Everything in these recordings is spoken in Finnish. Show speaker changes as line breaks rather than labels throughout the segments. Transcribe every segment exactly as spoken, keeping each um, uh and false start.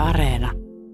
Areena.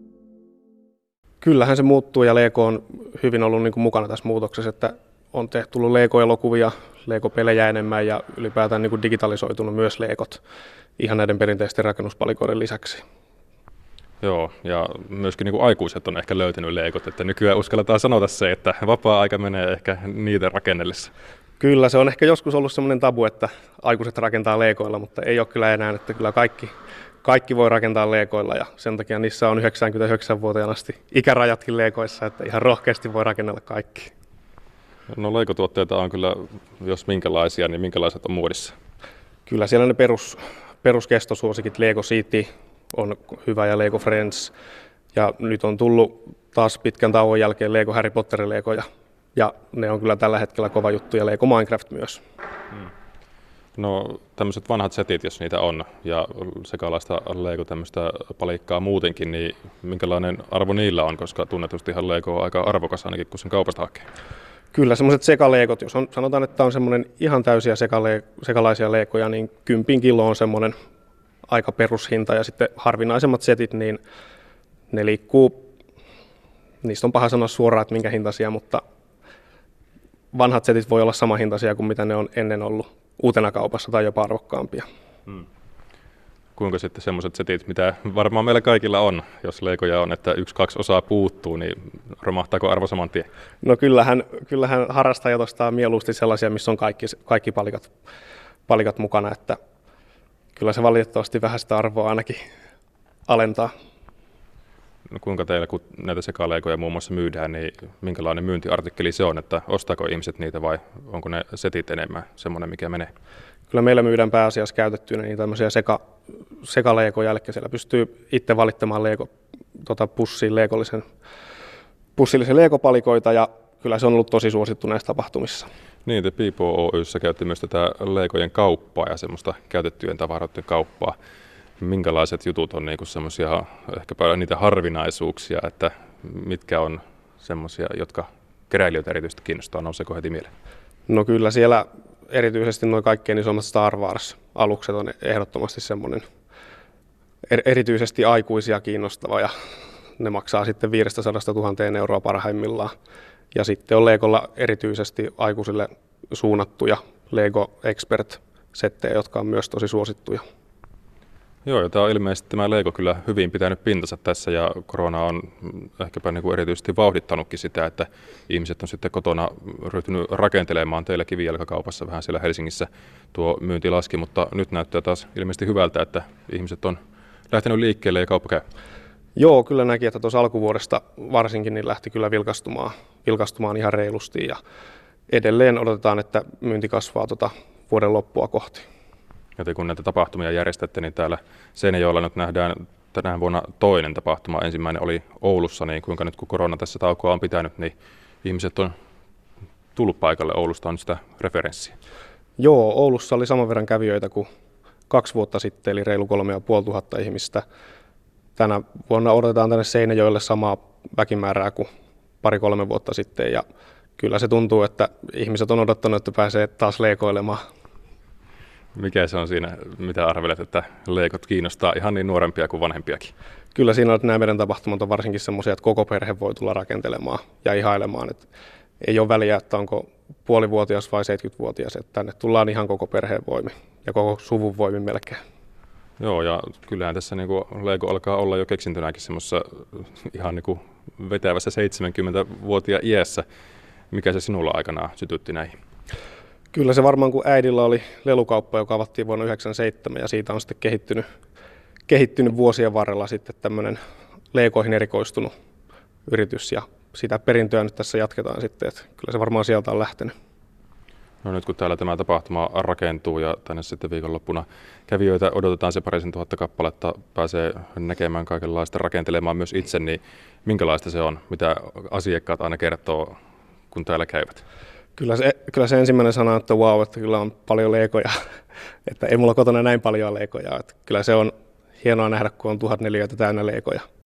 Kyllähän se muuttuu ja Lego on hyvin ollut niin kuin mukana tässä muutoksessa, että on tehty tullut Lego-elokuvia, Lego-pelejä enemmän ja ylipäätään niin kuin digitalisoitunut myös Legot ihan näiden perinteisten rakennuspalikoiden lisäksi.
Joo, ja myöskin niin kuin aikuiset on ehkä löytänyt Legot, että nykyään uskalletaan sanota se, että vapaa-aika menee ehkä niiden rakennellessa.
Kyllä, se on ehkä joskus ollut sellainen tabu, että aikuiset rakentaa Legoilla, mutta ei ole kyllä enää, että kyllä kaikki, kaikki voi rakentaa Legoilla ja sen takia niissä on yhdeksänkymmentäyhdeksän-vuotiaan asti ikärajatkin Legoissa, että ihan rohkeasti voi rakennella kaikki.
No Lego-tuotteita on kyllä, jos minkälaisia, niin minkälaiset on muodissa?
Kyllä siellä ne perus, peruskestosuosikit Lego City on hyvä ja Lego Friends. Ja nyt on tullut taas pitkän tauon jälkeen Lego Harry Potter Legoja. Ja ne on kyllä tällä hetkellä kova juttu ja Lego Minecraft myös.
Hmm. No tämmöiset vanhat setit, jos niitä on, ja sekalaista Lego tämmöistä palikkaa muutenkin, niin minkälainen arvo niillä on, koska tunnetustihan Lego on aika arvokas ainakin, kun sen kaupasta hakee.
Kyllä semmoiset sekaleekot, jos on, sanotaan, että on semmoinen ihan täysiä sekale, sekalaisia leikoja, niin kympin kilo on semmoinen aika perushinta ja sitten harvinaisemmat setit, niin ne liikkuu, niistä on paha sanoa suoraan, että minkä hintaisia, mutta vanhat setit voi olla sama hintaisia kuin mitä ne on ennen ollut uutena kaupassa tai jopa arvokkaampia.
Hmm. Kuinka sitten semmoiset setit, mitä varmaan meillä kaikilla on, jos Legoja on, että yksi, kaksi osaa puuttuu, niin romahtaako arvo saman tien?
No kyllähän, kyllähän harrastajat ostaa mieluusti sellaisia, missä on kaikki, kaikki palikat, palikat mukana, että kyllä se valitettavasti vähän sitä arvoa ainakin alentaa.
No kuinka teillä, kun näitä sekaleikoja muun muassa myydään, niin minkälainen myyntiartikkeli se on, että ostaako ihmiset niitä vai onko ne setit enemmän semmoinen, mikä menee?
Kyllä meillä myydään pääasiassa käytettyinä niin tämmöisiä seka, sekaleikoja, eli siellä pystyy itse valittamaan Lego, tota pussiin legollisen, pussillisen Lego-palikoita, ja kyllä se on ollut tosi suosittu näissä tapahtumissa.
Niin, te Piipo Oy:ssä käytte myös tätä Legojen kauppaa ja semmoista käytettyjen tavaroiden kauppaa. Minkälaiset jutut on niinku semmoisia, ehkäpä niitä harvinaisuuksia, että mitkä on semmoisia, jotka keräilijöitä erityisesti kiinnostaa, nouseeko heti mieleen?
No kyllä siellä erityisesti nuo kaikkein isommat Star Wars-alukset on ehdottomasti semmoinen erityisesti aikuisia kiinnostava ja ne maksaa sitten viisisataa tuhatta euroa parhaimmillaan. Ja sitten on Legolla erityisesti aikuisille suunnattuja Lego Expert-settejä, jotka on myös tosi suosittuja.
Joo, ja tämä on ilmeisesti tämä Lego kyllä hyvin pitänyt pintansa tässä ja korona on ehkäpä niin kuin erityisesti vauhdittanutkin sitä, että ihmiset on sitten kotona ryhtynyt rakentelemaan. Teillä kivijalkakaupassa vähän siellä Helsingissä tuo myynti laski, mutta nyt näyttää taas ilmeisesti hyvältä, että ihmiset on lähtenyt liikkeelle ja kauppa käy.
Joo, kyllä näki, että tuossa alkuvuodesta varsinkin niin lähti kyllä vilkastumaan, vilkastumaan ihan reilusti ja edelleen odotetaan, että myynti kasvaa tuota vuoden loppua kohti.
Ja te kun näitä tapahtumia järjestätte, niin täällä Seinäjoella nyt nähdään tänä vuonna toinen tapahtuma. Ensimmäinen oli Oulussa, niin kuinka nyt kun korona tässä taukoa on pitänyt, niin ihmiset on tullut paikalle. Oulusta on sitä referenssiä.
Joo, Oulussa oli saman verran kävijöitä kuin kaksi vuotta sitten, eli reilu kolme ja puoli tuhatta ihmistä. Tänä vuonna odotetaan tänne Seinäjoelle samaa väkimäärää kuin pari-kolme vuotta sitten, ja kyllä se tuntuu, että ihmiset on odottanut, että pääsee taas leikoilemaan.
Mikä se on siinä, mitä arvelet, että Legot kiinnostaa ihan niin nuorempia kuin vanhempiakin?
Kyllä siinä on, että nämä meidän tapahtumat on varsinkin semmoisia, että koko perhe voi tulla rakentelemaan ja ihailemaan. Että ei ole väliä, että onko puolivuotias vai seitsemänkymmentävuotias, että tänne tullaan ihan koko perheen voimin ja koko suvun voimin melkein.
Joo, ja kyllähän tässä niin kuin Lego alkaa olla jo keksintönäkin semmoisessa ihan niin kuin vetävässä seitsemänkymmentävuotiaan iässä. Mikä se sinulla aikanaan sytytti näihin?
Kyllä se varmaan, kun äidillä oli lelukauppa, joka avattiin vuonna yhdeksänkymmentäseitsemän ja siitä on sitten kehittynyt, kehittynyt vuosien varrella sitten tämmöinen Legoihin erikoistunut yritys ja sitä perintöä nyt tässä jatketaan sitten, että kyllä se varmaan sieltä on lähtenyt.
No nyt kun täällä tämä tapahtuma rakentuu ja tänne sitten viikonloppuna kävijöitä odotetaan se parisen tuhatta kappaletta, pääsee näkemään kaikenlaista, rakentelemaan myös itse, niin minkälaista se on, mitä asiakkaat aina kertoo, kun täällä käyvät?
Kyllä se, kyllä se ensimmäinen sana, että wow, että kyllä on paljon leikoja, että ei mulla kotona näin paljon leikoja, että kyllä se on hienoa nähdä, kun on tuhat neliöitä täynnä leikoja.